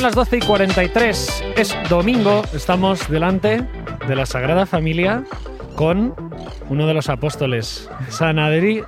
Son las 12:43, es domingo, estamos delante de la Sagrada Familia con uno de los apóstoles, Sanadri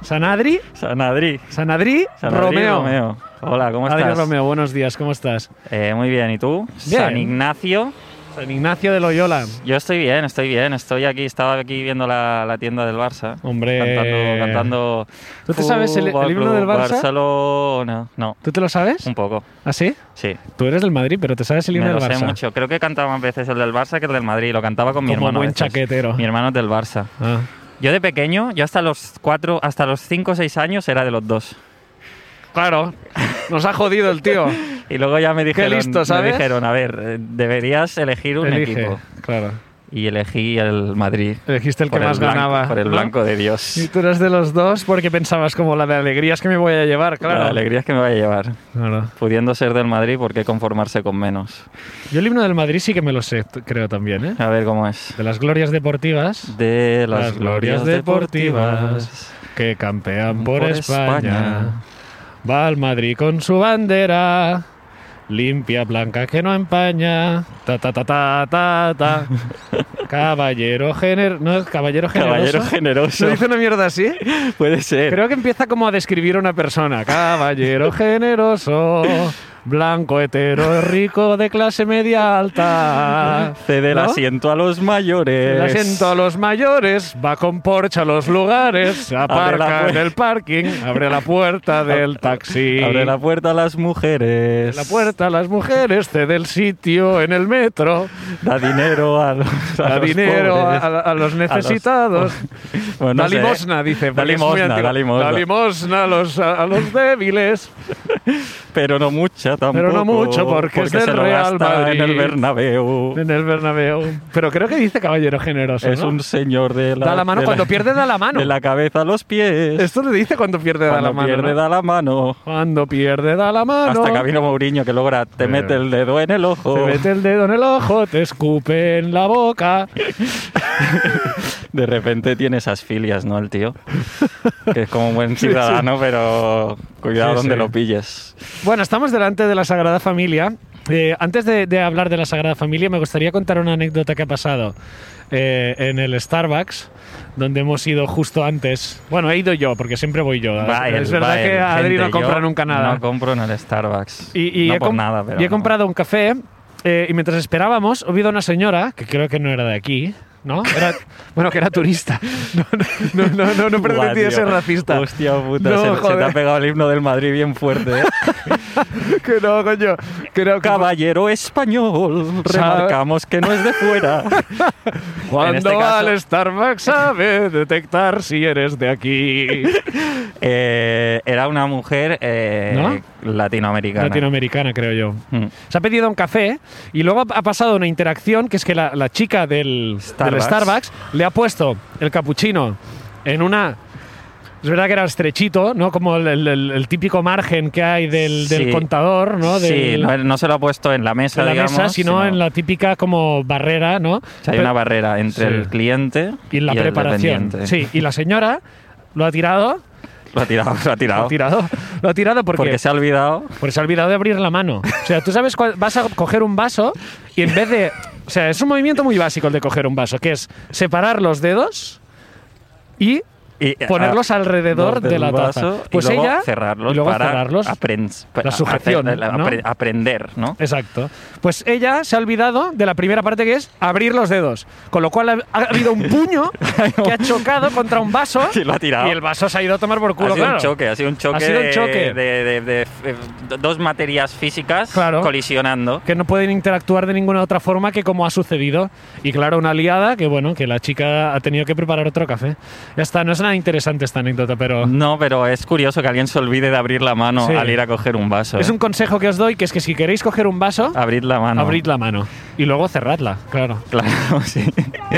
Romeo. Hola, ¿cómo estás? Adri Romeo, buenos días, ¿cómo estás? Muy bien, ¿y tú? Bien. San Ignacio. San Ignacio de Loyola. Yo estoy bien. Estaba aquí viendo la tienda del Barça. Hombre. Cantando. ¿Tú te sabes el himno del Barça? Barcelona. No. ¿Tú te lo sabes? Un poco. ¿Ah, sí? Sí. Tú eres del Madrid, pero ¿te sabes el himno del Barça? Me lo sé mucho. Creo que cantaba más veces el del Barça que el del Madrid. Lo cantaba con mi hermano. Como buen chaquetero. Mi hermano es del Barça. Ah. Yo de pequeño, yo hasta los 5 o 6 años era de los dos. Claro, nos ha jodido el tío. Y luego ya me dijeron, Qué listo, ¿sabes? a ver, deberías elegir un equipo. Claro. Y elegí el Madrid. Elegiste el que más ganaba. Por el blanco de Dios. Y tú eres de los dos porque pensabas como la de alegrías que me voy a llevar, claro. La alegría es que me vaya a llevar. Claro. Pudiendo ser del Madrid, ¿por qué conformarse con menos? Yo el himno del Madrid sí que me lo sé, creo también, ¿eh? A ver cómo es. De las glorias deportivas. De las glorias deportivas que campean por España. Va al Madrid con su bandera, limpia, blanca, que no empaña. Ta, ta, ta, ta, ta, ta. Caballero generoso. ¿No es caballero generoso? Caballero generoso. ¿No dice una mierda así? Puede ser. Creo que empieza como a describir a una persona. Caballero generoso, blanco, hetero, rico, de clase media alta. Cede el ¿no? asiento a los mayores. El asiento a los mayores, va con Porsche a los lugares, aparca en el parking, abre la puerta del taxi. Abre la puerta a las mujeres. La puerta a las mujeres, cede el sitio en el metro. Da dinero a los a los necesitados. Bueno, da limosna, dice. Da limosna. Da limosna a los débiles. Pero no mucha tampoco. Pero no mucho, porque es del se lo Real gasta Madrid. en el Bernabéu. En el Bernabéu. Pero creo que dice caballero generoso, Es ¿no? un señor de la... Da la mano, cuando pierde da la mano. De la cabeza a los pies. Esto le dice cuando pierde da la mano. Cuando pierde ¿no? da la mano. Cuando pierde da la mano. Hasta que vino Mourinho, que luego te mete el dedo en el ojo. Te mete el dedo en el ojo, te escupe en la boca. De repente tiene esas filias, ¿no? El tío. Que es como un buen ciudadano, pero cuidado donde lo pilles. Bueno, estamos delante de la Sagrada Familia. Antes de hablar de la Sagrada Familia, me gustaría contar una anécdota que ha pasado en el Starbucks, donde hemos ido justo antes. Bueno, he ido yo, porque siempre voy yo. Es verdad que Adri no compra nunca nada. No compro en el Starbucks. Y no por nada, pero... Y he comprado un café, y mientras esperábamos, he oído a una señora, que creo que no era de aquí, ¿no? Bueno, que era turista. No pretendía ser racista. Hostia puta, no, se te ha pegado el himno del Madrid bien fuerte, ¿eh? Que no, coño. Creo que Caballero español, remarcamos que no es de fuera. Cuando este caso, al Starbucks sabe detectar si eres de aquí. Era una mujer ¿no? latinoamericana. Latinoamericana, creo yo. Se ha pedido un café y luego ha pasado una interacción que es que la chica del Starbucks le ha puesto el capuchino en una... Es verdad que era estrechito, ¿no? Como el típico margen que hay del contador, ¿no? Sí, no se lo ha puesto en la mesa, digamos, sino en la típica como barrera, ¿no? O sea, hay una barrera entre el cliente y la preparación. Sí, y la señora lo ha tirado. Lo ha tirado porque se ha olvidado. Porque se ha olvidado de abrir la mano. O sea, tú sabes, vas a coger un vaso y en vez de... O sea, es un movimiento muy básico el de coger un vaso, que es separar los dedos y ponerlos alrededor de la taza. Pues y luego cerrarlos para la sujeción, ¿no? Aprender, ¿no? Exacto. Pues ella se ha olvidado de la primera parte, que es abrir los dedos. Con lo cual ha habido un puño que ha chocado contra un vaso y lo ha tirado. Y el vaso se ha ido a tomar por culo. Ha sido un choque de dos materias físicas colisionando. Que no pueden interactuar de ninguna otra forma que como ha sucedido. Y claro, una liada que la chica ha tenido que preparar otro café. Ya está, no es nada interesante esta anécdota, pero... No, pero es curioso que alguien se olvide de abrir la mano al ir a coger un vaso. Es un consejo que os doy, que es que si queréis coger un vaso... Abrid la mano. Y luego cerradla, claro. Claro, sí.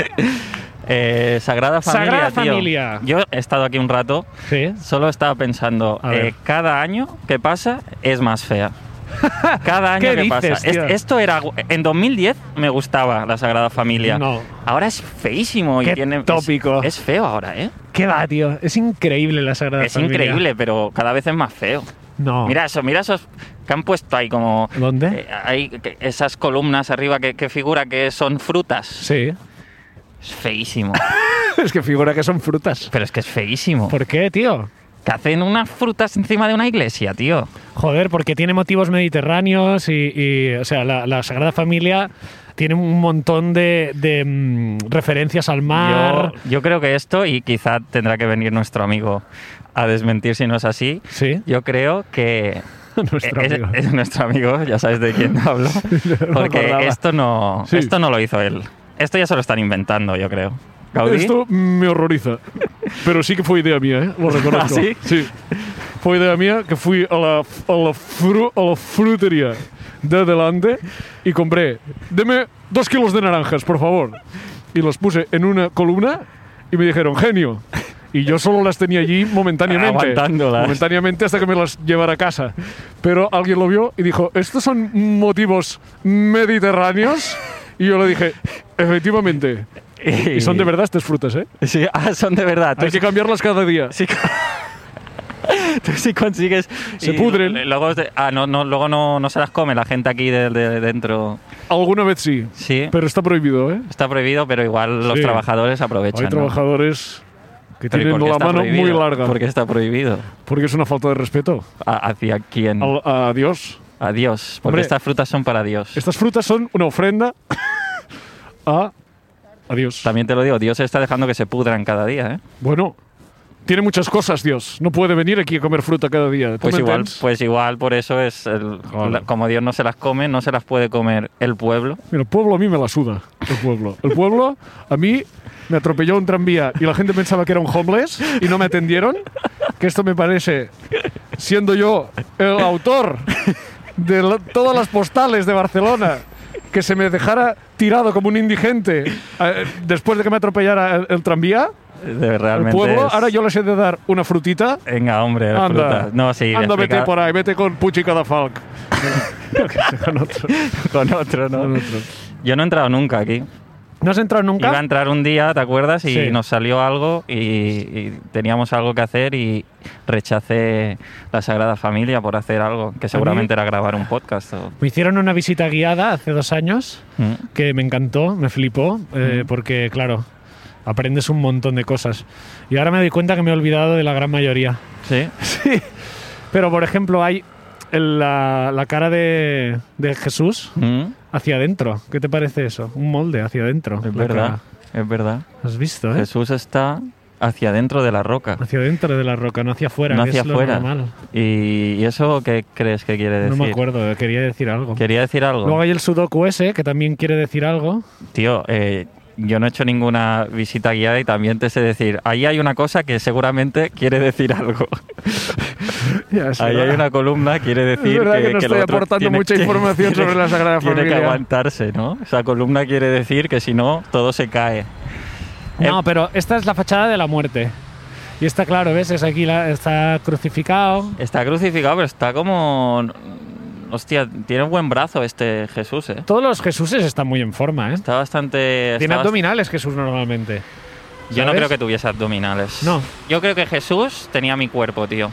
Sagrada Familia. Yo he estado aquí un rato. Sí. Solo estaba pensando, cada año que pasa es más fea. Cada año que pasa. Esto era... En 2010 me gustaba la Sagrada Familia. No. Ahora es feísimo. Qué tópico. Es feo ahora, ¿eh? ¿Qué va, tío? Es increíble la Sagrada Familia. Es increíble, pero cada vez es más feo. No. Mira esos que han puesto ahí como... ¿Dónde? Hay esas columnas arriba que figura que son frutas. Sí. Es feísimo. Es que figura que son frutas. Pero es que es feísimo. ¿Por qué, tío? Que hacen unas frutas encima de una iglesia, tío. Joder, porque tiene motivos mediterráneos y o sea, la Sagrada Familia tiene un montón de referencias al mar. Yo creo que esto, y quizá tendrá que venir nuestro amigo a desmentir si no es así. Sí. Yo creo que es nuestro amigo, ya sabes de quién hablo. Porque esto no lo hizo él. Esto ya se lo están inventando, yo creo. ¿Gaudí? Esto me horroriza. Pero sí que fue idea mía, ¿eh? Lo reconozco. ¿Ah, sí? Sí. Fue idea mía que fui a la frutería de delante y compré, deme 2 kilos de naranjas, por favor. Y los puse en una columna y me dijeron, genio. Y yo solo las tenía allí momentáneamente. Aguantándolas. Momentáneamente hasta que me las llevara a casa. Pero alguien lo vio y dijo, ¿estos son motivos mediterráneos? Y yo le dije, efectivamente. Y son de verdad estas frutas, ¿eh? Sí, son de verdad. Hay que cambiarlas cada día. Sí. Tú sí consigues... Se pudren. Luego, luego no se las come la gente aquí de dentro. Alguna vez sí. Sí. Pero está prohibido, ¿eh? Está prohibido, pero igual los trabajadores aprovechan. Hay trabajadores que tienen la mano muy larga. ¿Por qué está prohibido? Porque es una falta de respeto. ¿Hacia quién? A Dios. A Dios. Porque estas frutas son para Dios. Estas frutas son una ofrenda a Dios. También te lo digo, Dios está dejando que se pudran cada día, ¿eh? Bueno, tiene muchas cosas, Dios. No puede venir aquí a comer fruta cada día. Pues igual por eso es... como Dios no se las come, no se las puede comer el pueblo. Mira, el pueblo a mí me la suda. El pueblo a mí me atropelló un tranvía y la gente pensaba que era un homeless y no me atendieron. Que esto me parece, siendo yo el autor de todas las postales de Barcelona, que se me dejara tirado como un indigente después de que me atropellara el tranvía. Realmente el pueblo, ahora yo les he de dar una frutita. Venga, hombre, fruta. No, sí, anda, vete por ahí, vete con Puig i Cadafalch. Con otro, ¿no? Yo no he entrado nunca aquí. ¿No has entrado nunca? Iba a entrar un día, ¿te acuerdas? Y sí. Nos salió algo y teníamos algo que hacer y rechacé la Sagrada Familia por hacer algo, que seguramente era grabar un podcast. Me hicieron una visita guiada hace 2 años que me encantó, me flipó, porque, claro, aprendes un montón de cosas. Y ahora me doy cuenta que me he olvidado de la gran mayoría. ¿Sí? Sí. Pero, por ejemplo, hay la cara de Jesús hacia adentro. ¿Qué te parece eso? Un molde hacia adentro. Es verdad, es verdad. ¿Has visto, eh? Jesús está hacia adentro de la roca. Hacia adentro de la roca, no hacia afuera, no que hacia es afuera. Lo normal. ¿Y eso qué crees que quiere decir? No me acuerdo, quería decir algo. ¿Quería decir algo? Luego hay el sudoku ese, que también quiere decir algo. Tío, yo no he hecho ninguna visita guiada y también te sé decir, ahí hay una cosa que seguramente quiere decir algo. Ahí hay una columna, quiere decir es verdad que no estoy aportando mucha información sobre la Sagrada Familia. Tiene que aguantarse, ¿no? Esa columna quiere decir que si no, todo se cae. No, pero esta es la fachada de la muerte. Y está claro, ¿ves? Es aquí, está crucificado. Está crucificado, pero está como... Hostia, tiene un buen brazo este Jesús, ¿eh? Todos los Jesuses están muy en forma, ¿eh? Está bastante... Tiene abdominales Jesús normalmente. Yo no creo que tuviese abdominales. No. Yo creo que Jesús tenía mi cuerpo, tío.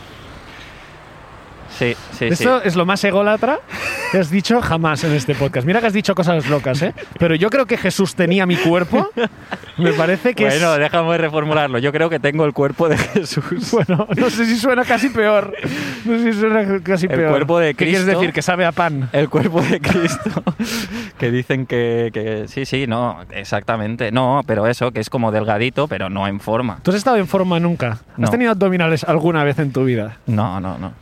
Sí. Esto es lo más ególatra que has dicho jamás en este podcast. Mira que has dicho cosas locas, ¿eh? Pero yo creo que Jesús tenía mi cuerpo. Me parece que Bueno, déjame reformularlo. Yo creo que tengo el cuerpo de Jesús. Bueno, no sé si suena casi peor. No sé si suena casi peor. El cuerpo de Cristo. ¿Qué quieres decir? Que sabe a pan. El cuerpo de Cristo. Que dicen que... Sí, no, exactamente. No, pero eso, que es como delgadito, pero no en forma. ¿Tú has estado en forma nunca? No. ¿Has tenido abdominales alguna vez en tu vida? No.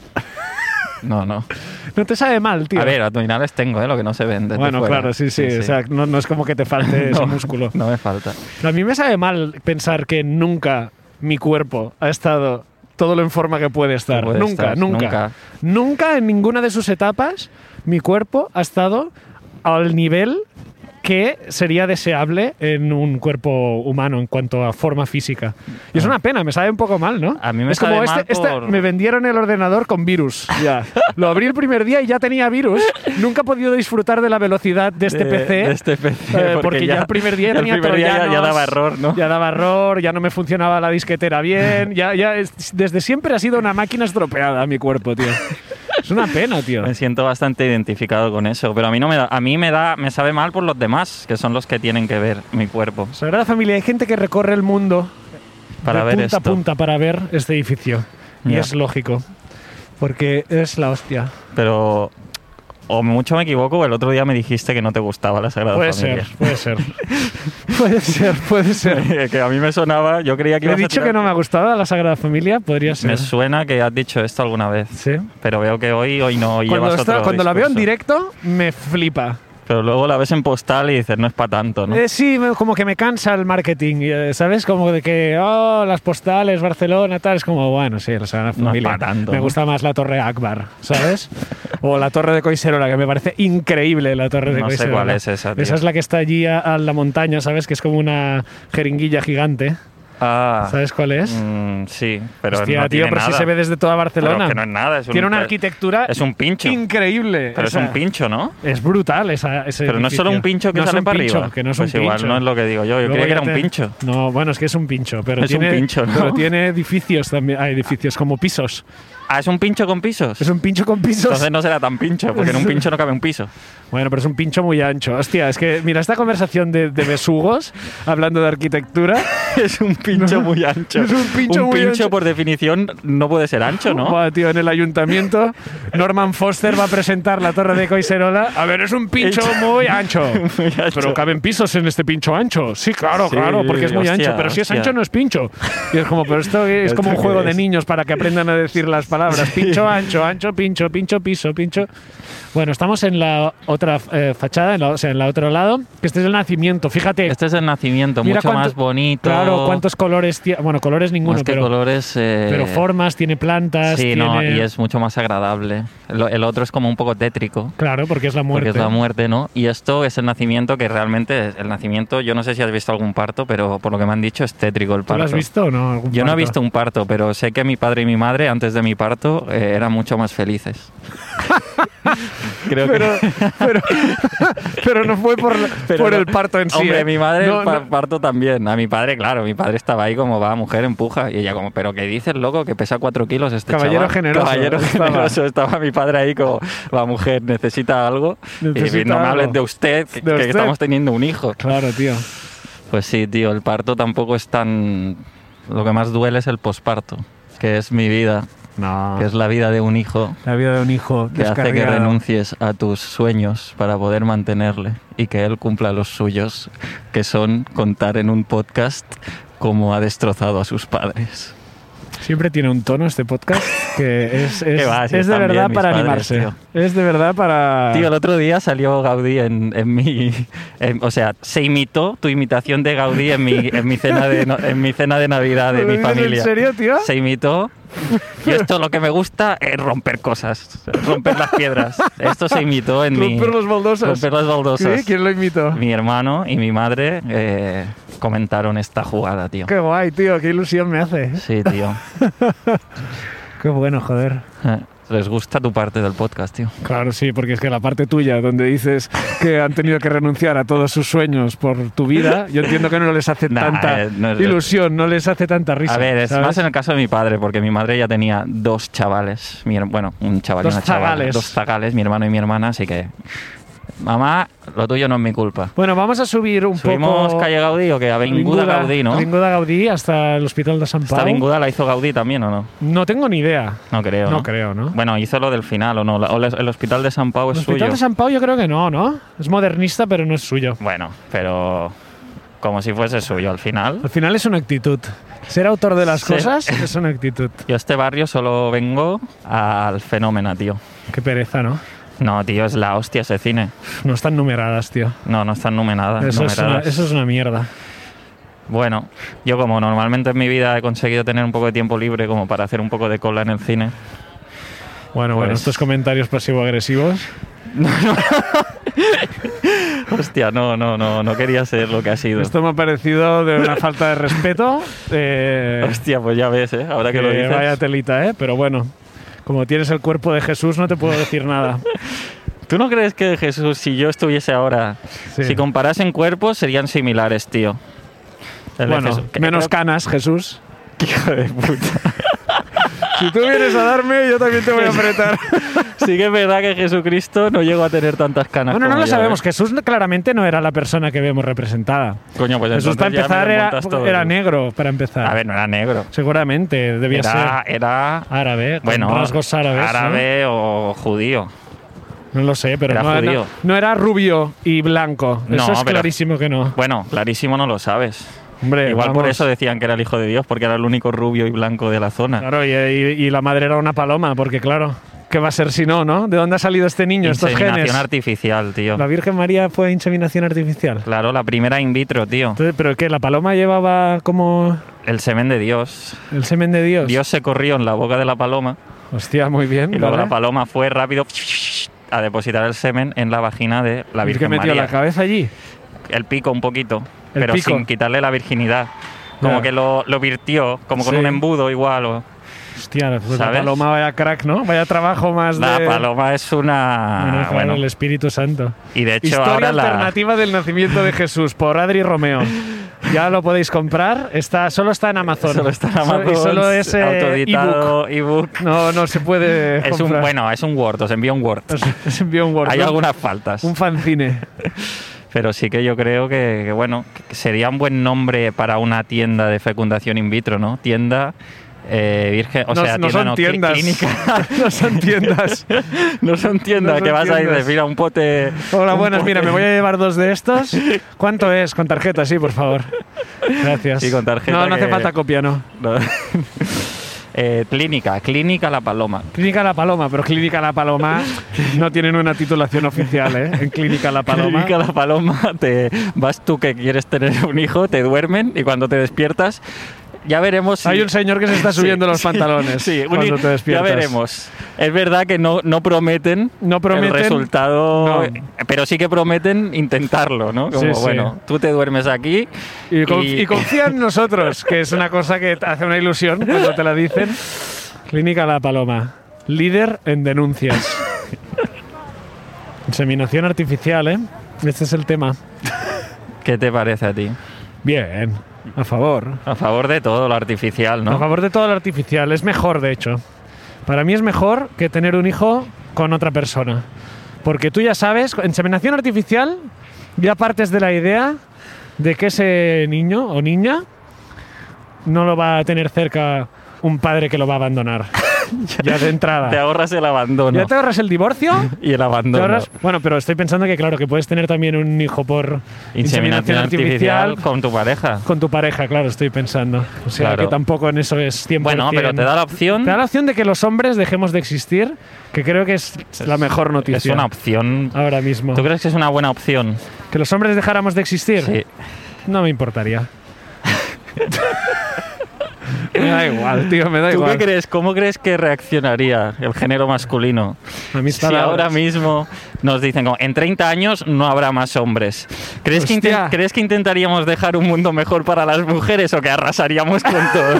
No. No te sabe mal, tío. A ver, abdominales tengo, lo que no se ven desde bueno, fuera. Claro, sí. O sea, no es como que te falte ese músculo. No me falta. A mí me sabe mal pensar que nunca mi cuerpo ha estado todo lo en forma que puede estar. Nunca en ninguna de sus etapas mi cuerpo ha estado al nivel que sería deseable en un cuerpo humano en cuanto a forma física. Y es una pena, me sabe un poco mal, ¿no? A mí me es sabe como mal me vendieron el ordenador con virus. Ya. Lo abrí el primer día y ya tenía virus. Nunca he podido disfrutar de la velocidad de este PC. De este PC. Porque ya el primer día tenía troyanos. Ya daba error, ¿no? Ya daba error, ya no me funcionaba la disquetera bien. Desde siempre ha sido una máquina estropeada mi cuerpo, tío. Es una pena, tío. Me siento bastante identificado con eso, pero a mí me sabe mal por los demás, que son los que tienen que ver mi cuerpo. Sagrada Familia, hay gente que recorre el mundo para ver punta a punta para ver este edificio. Y Ya. es lógico, porque es la hostia. Pero o mucho me equivoco, o el otro día me dijiste que no te gustaba la Sagrada Familia. Puede ser. Puede ser. Que a mí me sonaba, yo creía que He ibas a dicho tirar- que no me gustaba la Sagrada Familia, podría ser. Me suena que has dicho esto alguna vez, Sí. pero veo que hoy no llevas otro Cuando la veo en discurso. directo, me flipa. Pero luego la ves en postal y dices, no es para tanto, ¿no? Sí, como que me cansa el marketing, ¿sabes? Como de que, las postales, Barcelona, tal. Es como, bueno, sí, la Sagrada No es Familia. pa' tanto, Me ¿no? gusta más la Torre Akbar, ¿sabes? O la Torre de Collserola, que me parece increíble la Torre de No sé Collserola. cuál es esa, tío. Esa es la que está allí a la montaña, ¿sabes? Que es como una jeringuilla gigante. Ah, ¿Sabes cuál es? Sí, pero Hostia, no tío, tiene pero nada. si se ve desde toda Barcelona. Pero que no es nada. Tiene una arquitectura Es un pincho. increíble. Pero O sea, es un pincho, ¿no? Es brutal ese Pero no es solo edificio. un pincho que No es sale un para pincho, arriba. Que no es Pues un igual pincho. no es lo que digo yo. Yo Luego creía que ya era un pincho. No, bueno, es que es un pincho, pero Es un tiene, pincho, ¿no? pero tiene edificios también. Hay edificios como pisos. Ah, ¿es un pincho con pisos? Es un pincho con pisos. Entonces no será tan pincho, porque en un pincho no cabe un piso. Bueno, pero es un pincho muy ancho. Hostia, es que mira, esta conversación de besugos, hablando de arquitectura. Es un pincho muy ancho. Es un pincho muy ancho. por definición, no puede ser ancho, ¿no? Buah, tío, en el ayuntamiento, Norman Foster va a presentar la Torre de Collserola. A ver, es un pincho muy ancho. Muy ancho. Pero caben pisos en este pincho ancho. Sí, claro, Sí, claro, porque es muy hostia, ancho. Pero si es hostia. ancho, no es pincho. Y es como, pero esto es como un ¿Esto juego qué de es? niños para que aprendan a decir las palabras. Pincho, ancho, ancho, pincho, pincho, piso, pincho. Bueno, estamos en la otra fachada, o sea, en el otro lado, que este es el nacimiento. Fíjate. Este es el nacimiento, Mira mucho cuánto- más bonito. Claro, cuántos colores tiene. Bueno, colores ninguno, Más que pero, colores. pero formas, tiene plantas. Sí, tiene... no, y es mucho más agradable. El otro es como un poco tétrico. Claro, porque es la muerte. Porque es la muerte, ¿no? Y esto es el nacimiento, que realmente el nacimiento, yo no sé si has visto algún parto, pero por lo que me han dicho es tétrico el ¿Tú parto. lo has visto o no? ¿Algún Yo no he parto? visto un parto, pero sé que mi padre y mi madre, antes de mi parto, eran mucho más felices. Creo pero no fue por no- el parto en sí. Hombre, ¿eh? mi madre No, el no. parto también. A mi padre, claro, mi padre estaba ahí como, va, mujer, empuja. Y ella como, ¿pero qué dices, loco? Que pesa 4 kilos este Caballero chaval. generoso. Caballero Estaba. generoso. Estaba mi padre ahí como, va, mujer, necesita algo. Necesita y no me algo. hables de usted, que De usted. estamos teniendo un hijo. Claro, tío. Pues sí, tío, el parto tampoco es tan... Lo que más duele es el posparto, que es mi vida, No. que es la vida de un hijo, La vida de un hijo que hace que descarriada. renuncies a tus sueños para poder mantenerle y que él cumpla los suyos, que son contar en un podcast cómo ha destrozado a sus padres. Siempre tiene un tono este podcast que es Qué va, si de están verdad bien para mis padres, animarse. tío. Es de verdad para... Tío, el otro día salió Gaudí en mi... o sea, se imitó tu imitación de Gaudí en mi cena de Navidad de mi familia. ¿En serio, tío? Se imitó. Y esto lo que me gusta es romper cosas, romper las piedras. Esto se imitó en mi... Romper las baldosas. Romper las baldosas. ¿Sí? ¿Quién lo imitó? Mi hermano y mi madre comentaron esta jugada, tío. Qué guay, tío. Qué ilusión me hace. Sí, tío. Qué bueno, joder. Les gusta tu parte del podcast, tío. Claro, sí, porque es que la parte tuya, donde dices que han tenido que renunciar a todos sus sueños por tu vida, yo entiendo que no les hace Nah, tanta no es- ilusión, no les hace tanta risa. A ver, es ¿sabes? más en el caso de mi padre, porque mi madre ya tenía 2 chavales. Bueno, un chaval y Dos una chavala. zagales. 2 zagales, mi hermano y mi hermana, así que... Mamá, lo tuyo no es mi culpa. Bueno, vamos a subir un ¿Subimos poco... calle Gaudí o qué? Avinguda Gaudí, ¿no? Avinguda Gaudí hasta el Hospital de San ¿Esta Pau. avinguda la hizo Gaudí también o no? No tengo ni idea. No creo, No creo, ¿no? Bueno, hizo lo del final o no. El Hospital de San Pau El es Hospital suyo. de San Pau yo creo que no, ¿no? Es modernista, pero no es suyo. Bueno, pero como si fuese suyo al final. Al final es una actitud. Ser autor de las Sí. cosas es una actitud. Yo a este barrio solo vengo al Fenómeno, tío. Qué pereza, ¿no? No, tío, es la hostia ese cine. No están numeradas, tío. No, no están numeradas. Eso es una mierda. Bueno, yo como normalmente en mi vida he conseguido tener un poco de tiempo libre como para hacer un poco de cola en el cine. Bueno, Pues- estos comentarios pasivo-agresivos. Hostia, no quería ser lo que ha sido. Esto me ha parecido de una falta de respeto. Hostia, pues ya ves, ¿eh? Ahora que lo dices. Vaya telita, ¿eh? Pero bueno, como tienes el cuerpo de Jesús, no te puedo decir nada. ¿Tú no crees que Jesús, si yo estuviese ahora, Sí. si comparasen cuerpos, serían similares, tío? El de Bueno, Jesús, que menos creo- canas, Jesús. Hijo de puta. Si tú vienes a darme, yo también te voy a apretar. Sí que es verdad que Jesucristo no llegó a tener tantas canas. Bueno, no lo yo, sabemos. Jesús claramente no era la persona que vemos representada. Coño, pues Jesús para empezar era negro, para empezar. A ver, no era negro. Seguramente, debía ser. Era árabe, bueno, con rasgos árabes. Árabe, ¿no? O judío. No lo sé, pero no era rubio y blanco. Eso es clarísimo que no. Bueno, clarísimo no lo sabes. Hombre, igual por eso decían que era el hijo de Dios, porque era el único rubio y blanco de la zona. Claro, y la madre era una paloma, porque claro, ¿qué va a ser si no, no? ¿De dónde ha salido este niño, estos genes? Inseminación artificial, tío. ¿La Virgen María fue inseminación artificial? Claro, la primera in vitro, tío. Entonces, ¿pero qué? ¿La paloma llevaba como...? El semen de Dios. ¿El semen de Dios? Dios se corrió en la boca de la paloma. Hostia, muy bien. Y luego la paloma fue rápido a depositar el semen en la vagina de la Virgen María. ¿Y qué metió la cabeza allí? El pico un poquito, pero sin quitarle la virginidad. Como que lo virtió, como con un embudo igual. Hostia, pues la paloma vaya crack, ¿no? Vaya trabajo más la paloma es una... Bueno, el Espíritu Santo. Y de hecho Historia ahora alternativa del nacimiento de Jesús, por Adri Romeo. Ya lo podéis comprar. Solo está en Amazon. Solo está en Amazon. Y solo es autoeditado ebook. No se puede comprar. Es un Word, os envío un Word. Os envío un Word. Hay algunas faltas. Un fanzine. Pero sí que yo creo que sería un buen nombre para una tienda de fecundación in vitro, ¿no? Tienda virgen, tiendas. Clínica. No son tiendas. No son tiendas, que vas a ir de mira un pote. Hola, buenas, mira, me voy a llevar 2 de estos. ¿Cuánto es? Con tarjeta, sí, por favor. Gracias. Sí, con tarjeta. No hace falta copia, no. Clínica La Paloma. Clínica La Paloma, pero Clínica La Paloma no tienen una titulación oficial, ¿eh? En Clínica La Paloma. Clínica La Paloma, vas tú que quieres tener un hijo, te duermen y cuando te despiertas ya veremos si... Hay un señor que se está subiendo los pantalones. Sí, cuando te despiertas. Ya veremos. Es verdad que no prometen el resultado, pero sí que prometen intentarlo, ¿no? Como, bueno, tú te duermes aquí y confía en nosotros, que es una cosa que hace una ilusión cuando te la dicen. Clínica La Paloma, líder en denuncias. Inseminación artificial, ¿eh? Este es el tema. ¿Qué te parece a ti? Bien. A favor. A favor de todo lo artificial, ¿no? A favor de todo lo artificial. Es mejor, de hecho. Para mí es mejor que tener un hijo con otra persona. Porque tú ya sabes, inseminación artificial, ya partes de la idea de que ese niño o niña no lo va a tener cerca un padre que lo va a abandonar. Ya de entrada. Te ahorras el abandono. Ya te ahorras el divorcio. Y el abandono. Bueno, pero estoy pensando que claro, que puedes tener también un hijo por inseminación artificial con tu pareja. Con tu pareja, claro, estoy pensando. O sea, que tampoco en eso es 100%. Bueno, pero te da la opción. Te da la opción de que los hombres dejemos de existir, que creo que es la mejor noticia. Es una opción. Ahora mismo. ¿Tú crees que es una buena opción? ¿Que los hombres dejáramos de existir? Sí. No me importaría. Me da igual, tío, me da igual. ¿Tú qué crees? ¿Cómo crees que reaccionaría el género masculino? Si ahora mismo nos dicen como, en 30 años no habrá más hombres. ¿Crees que intentaríamos dejar un mundo mejor para las mujeres o que arrasaríamos con todo?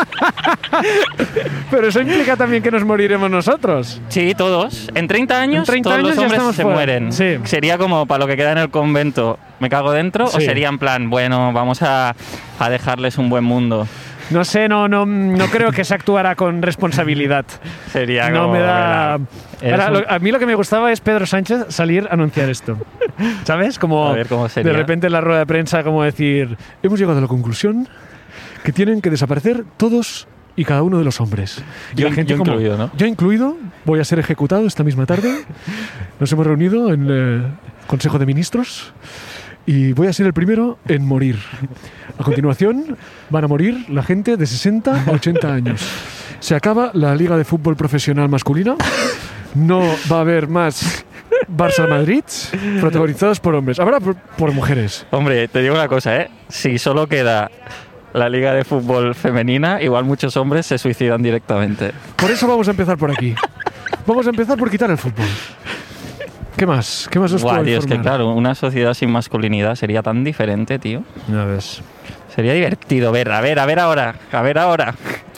Pero eso implica también que nos moriremos nosotros. Sí, todos. En 30 años, todos los hombres se mueren. Sí. Sería como para lo que queda en el convento, ¿me cago dentro? Sí. ¿O sería en plan, bueno, vamos a dejarles un buen mundo? No sé, no creo que se actuara con responsabilidad. Sería no como... me da... a mí lo que me gustaba es Pedro Sánchez salir a anunciar esto. ¿Sabes? Como a ver cómo sería. De repente en la rueda de prensa como decir, hemos llegado a la conclusión que tienen que desaparecer todos y cada uno de los hombres. Y la gente como, incluido, ¿no? Yo incluido, voy a ser ejecutado esta misma tarde. Nos hemos reunido en el Consejo de Ministros y voy a ser el primero en morir. A continuación van a morir la gente de 60 a 80 años. Se acaba la Liga de Fútbol Profesional masculina. No va a haber más Barça-Madrid protagonizados por hombres. Habrá por mujeres. Hombre, te digo una cosa, ¿eh? Si solo queda la Liga de Fútbol femenina, igual muchos hombres se suicidan directamente. Por eso vamos a empezar por aquí. Vamos a empezar por quitar el fútbol. ¿Qué más? ¿Qué más os puedo informar? Es que claro, una sociedad sin masculinidad sería tan diferente, tío. Ya ves. Sería divertido ver, a ver ahora.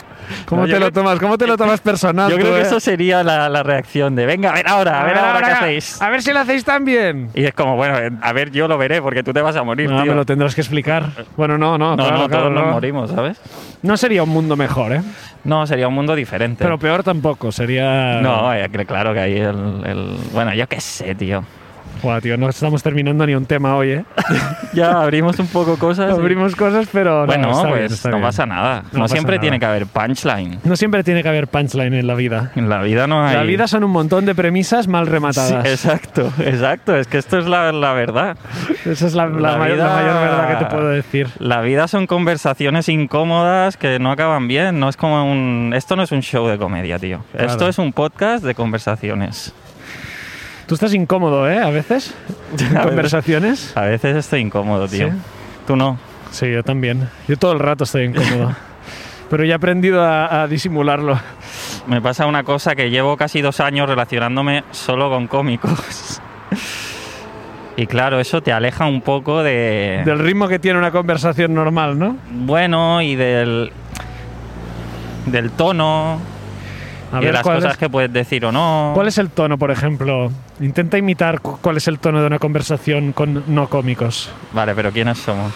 ¿Cómo te lo tomas? ¿Cómo te lo tomas personal? Yo creo que eso sería la reacción de venga, a ver ahora qué hacéis. A ver si lo hacéis tan bien. Y es como, bueno, a ver, yo lo veré porque tú te vas a morir, No, tío. me lo tendrás que explicar. Bueno, no, claro, todos nos morimos, ¿sabes? No sería un mundo mejor, ¿eh? No, sería un mundo diferente. Pero peor tampoco, sería… No, claro que ahí bueno, yo qué sé, tío. Buah, tío, no estamos terminando ni un tema hoy, ¿eh? Ya abrimos un poco cosas. Abrimos cosas, pero bueno, no, pues no pasa nada. No siempre tiene que haber punchline. No siempre tiene que haber punchline en la vida. En la vida no hay… La vida son un montón de premisas mal rematadas. Sí, exacto. Es que esto es la verdad. Esa es la mayor verdad que te puedo decir. La vida son conversaciones incómodas que no acaban bien. No es como esto no es un show de comedia, tío. Claro. Esto es un podcast de conversaciones. Tú estás incómodo, ¿eh? A veces. En conversaciones. A veces estoy incómodo, tío. ¿Sí? ¿Tú no? Sí, yo también. Yo todo el rato estoy incómodo. Pero ya he aprendido a disimularlo. Me pasa una cosa que llevo casi 2 años relacionándome solo con cómicos. Y claro, eso te aleja un poco del ritmo que tiene una conversación normal, ¿no? Bueno, y del tono… Y de las cosas que puedes decir o no. ¿Cuál es el tono, por ejemplo? Intenta imitar cuál es el tono de una conversación con no cómicos. Vale, pero ¿quiénes somos?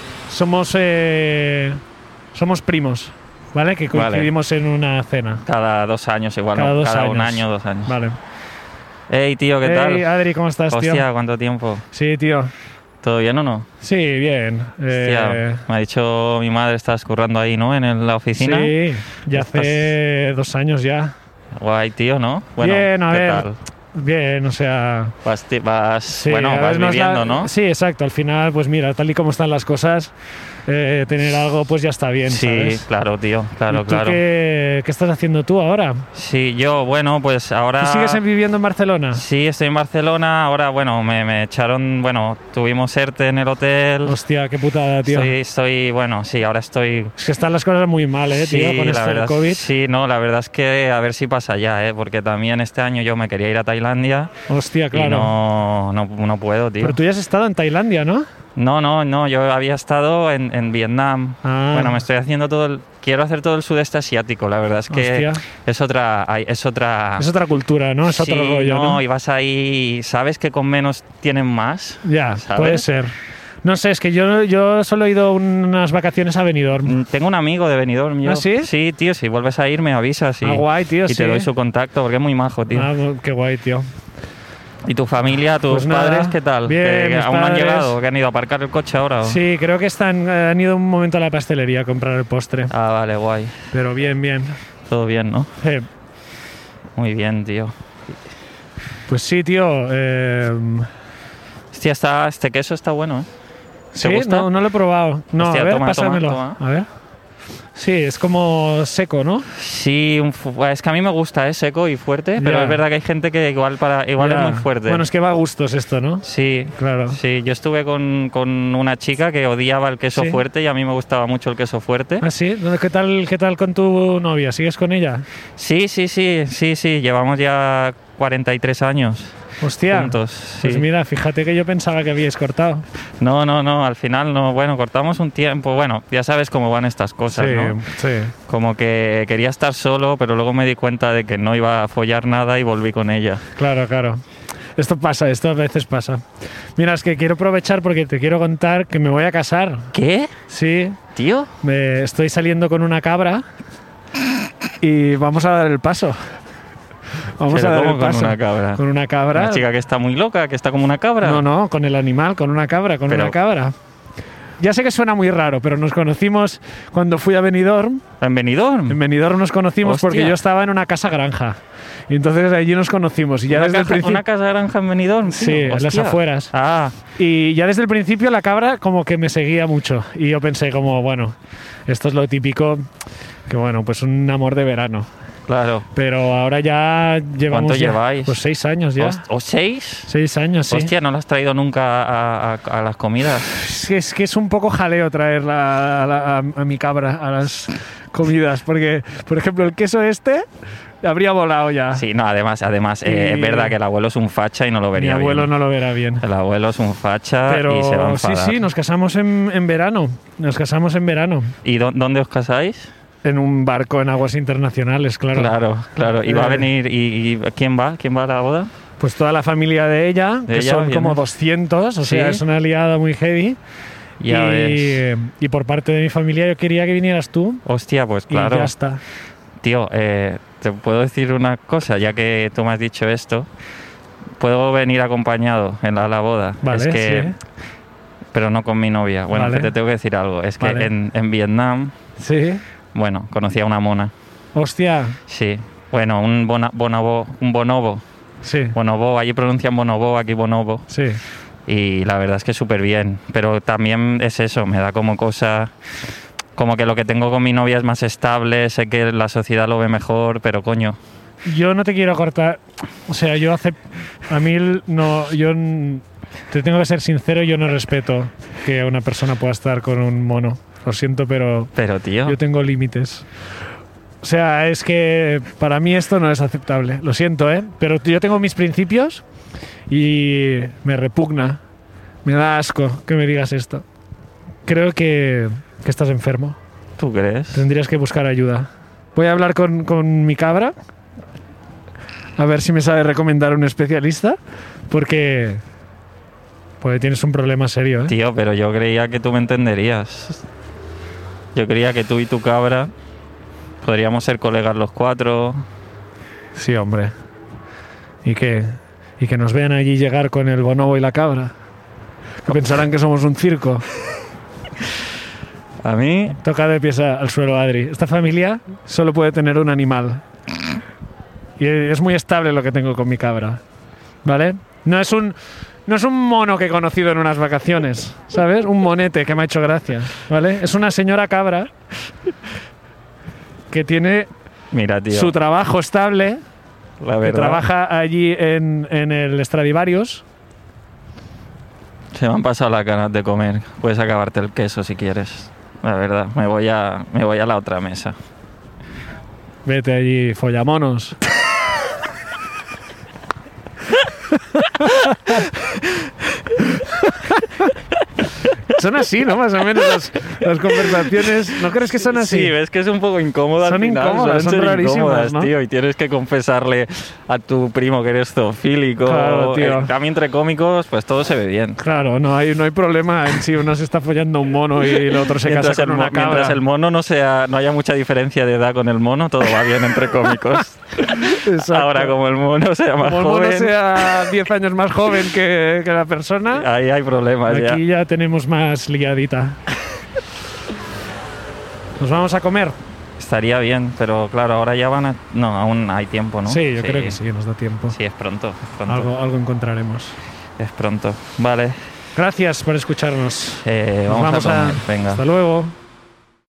Somos primos, ¿vale? Que coincidimos en una cena. Cada 2 años igual, cada 1 año, 2 años. Vale. Hey, tío, ¿qué tal? Hey, Adri, ¿cómo estás, tío? Hostia, ¿cuánto tiempo? Sí, tío. ¿Todo bien o no? Sí, bien. Hostia, me ha dicho mi madre, estás currando ahí, ¿no? En la oficina. Sí, ya hace 2 años ya. Guay, tío, ¿no? Bueno, bien, a ¿qué ver. tal? Bien, o sea… Vas viviendo, ¿no? Sí, exacto. Al final, pues mira, tal y como están las cosas, tener algo pues ya está bien, ¿sabes? Sí, claro, tío, claro. ¿Qué estás haciendo tú ahora? Sí, yo, bueno, pues ahora… ¿Tú sigues viviendo en Barcelona? Sí, estoy en Barcelona. Ahora, bueno, me echaron… Bueno, tuvimos ERTE en el hotel. Hostia, qué putada, tío. Ahora estoy… Es que están las cosas muy mal, sí, tío, con esto del COVID. Sí, no, la verdad es que a ver si pasa ya, porque también este año yo me quería ir a Tailandia. Hostia, claro. Y no puedo, tío. Pero tú ya has estado en Tailandia, ¿no? No, yo había estado en Vietnam. Ah. Bueno, me estoy haciendo quiero hacer todo el sudeste asiático, la verdad es que es otra cultura, ¿no? Es otro rollo, ¿no? Y vas ahí, sabes que con menos tienen más. Ya, ¿sabes? puede ser. No sé, es que yo solo he ido unas vacaciones a Benidorm. Tengo un amigo de Benidorm. ¿Ah, sí? Sí, tío, si vuelves a ir me avisas. Guay, tío, y te doy su contacto porque es muy majo, tío. Qué guay, tío. ¿Y tu familia, tus padres, qué tal? Bien, ¿Que aún no han llegado? ¿Que han ido a aparcar el coche ahora? ¿O? Sí, creo que han ido un momento a la pastelería a comprar el postre. Ah, vale, guay. Pero bien. Todo bien, ¿no? Muy bien, tío. Pues sí, tío. Hostia, este queso está bueno, ¿eh? ¿Sí? No lo he probado. No, hostia, a ver, toma, pásamelo. toma. A ver. Sí, es como seco, ¿no? Sí, es que a mí me gusta, seco y fuerte, pero es verdad que hay gente que igual es muy fuerte. Bueno, es que va a gustos esto, ¿no? Sí, claro. Sí, yo estuve con una chica que odiaba el queso fuerte y a mí me gustaba mucho el queso fuerte. ¿Ah, sí? ¿Qué tal con tu novia? ¿Sigues con ella? Sí, llevamos ya 43 años. Hostia, juntos, sí. Pues mira, fíjate que yo pensaba que habíais cortado. No, al final no. Bueno, cortamos un tiempo. Bueno, ya sabes cómo van estas cosas, ¿no? Sí. Como que quería estar solo, pero luego me di cuenta de que no iba a follar nada y volví con ella. Claro. Esto a veces pasa. Mira, es que quiero aprovechar porque te quiero contar que me voy a casar. ¿Qué? Sí. ¿Tío? Estoy saliendo con una cabra y vamos a dar el paso. Vamos a dar el paso. ¿Con una cabra? Con una cabra. Una chica que está muy loca, que está como una cabra. No, con el animal, con una cabra, una cabra. Ya sé que suena muy raro, pero nos conocimos cuando fui a Benidorm. ¿En Benidorm? En Benidorm nos conocimos. Hostia. Porque yo estaba en una casa granja. Y entonces allí nos conocimos. Y ya desde el principio… ¿Una casa granja en Benidorm? Sí, en las afueras. Ah. Y ya desde el principio la cabra como que me seguía mucho. Y yo pensé como, bueno, esto es lo típico, que bueno, pues un amor de verano. Claro. Pero ahora ya llevamos… ¿Cuánto lleváis? Pues 6 años ya. ¿O 6? 6 años, sí. Hostia, ¿no lo has traído nunca a las comidas? Es que es un poco jaleo traerla a mi cabra a las comidas. Porque, por ejemplo, el queso habría volado ya. Sí, no, además es verdad que el abuelo es un facha y no lo vería bien. Mi abuelo no lo verá bien. El abuelo es un facha y se va a enfadar. Sí, nos casamos en verano. ¿Y dónde os casáis? En un barco en aguas internacionales, claro. Claro. ¿Y va a venir? ¿Y quién va? ¿Quién va a la boda? Pues toda la familia de ella, que son como 200, o sea, es una liada muy heavy. Ya ves. Y por parte de mi familia yo quería que vinieras tú. Hostia, pues claro. Y ya está. Tío, te puedo decir una cosa, ya que tú me has dicho esto. Puedo venir acompañado en la boda. Vale, es que, sí. Pero no con mi novia. Bueno, vale. que te tengo que decir algo. Es que en Vietnam, sí. Bueno, conocí a una mona. Hostia. Sí. Bueno, un bonobo. Sí. Bonobo, allí pronuncian bonobo, aquí bonobo. Sí. Y la verdad es que súper bien. Pero también es eso, me da como cosa... Como que lo que tengo con mi novia es más estable, sé que la sociedad lo ve mejor, pero coño... Yo no te quiero cortar. O sea, a mí no... Yo te tengo que ser sincero, yo no respeto que una persona pueda estar con un mono. Lo siento, pero tío... Yo tengo límites. O sea, es que para mí esto no es aceptable. Lo siento, pero yo tengo mis principios y me repugna. Me da asco que me digas esto. Creo que estás enfermo. ¿Tú crees? Tendrías que buscar ayuda. Voy a hablar con mi cabra. A ver si me sabe recomendar un especialista. Porque tienes un problema serio, Tío, pero yo creía que tú me entenderías. Yo creía que tú y tu cabra podríamos ser colegas los 4. Sí, hombre. ¿Y qué? ¿Y que nos vean allí llegar con el bonobo y la cabra? ¿Que pensarán que somos un circo? A mí... Toca de pies al suelo, Adri. Esta familia solo puede tener un animal. Y es muy estable lo que tengo con mi cabra. ¿Vale? No es un mono que he conocido en unas vacaciones, ¿sabes? Un monete que me ha hecho gracia, ¿vale? Es una señora cabra que tiene su trabajo estable, la verdad, que trabaja allí en el Stradivarius. Se me han pasado las ganas de comer. Puedes acabarte el queso si quieres. La verdad, me voy a la otra mesa. Vete allí, follamonos. Son así, ¿no? Más o menos las conversaciones. ¿No crees que son así? Sí, ves que es un poco incómodo. Son incómodas, son rarísimas, ¿no? Tío, y tienes que confesarle a tu primo que eres zoofílico. Claro, tío. También entre cómicos, pues todo se ve bien. Claro, no hay problema en si uno se está follando un mono y el otro se casa con una cabra. Mientras el mono no haya mucha diferencia de edad con el mono, todo va bien entre cómicos. Exacto. Ahora, como el mono sea más joven... Como el mono sea 10 años más joven que la persona... Ahí hay problemas. Aquí ya tenemos más liadita. ¿Nos vamos a comer? Estaría bien, pero claro, ahora ya van a... No, aún hay tiempo, ¿no? Sí, yo creo que sí, nos da tiempo. Sí, es pronto. Algo encontraremos. Es pronto. Vale. Gracias por escucharnos. Vamos a comer. Venga. Hasta luego.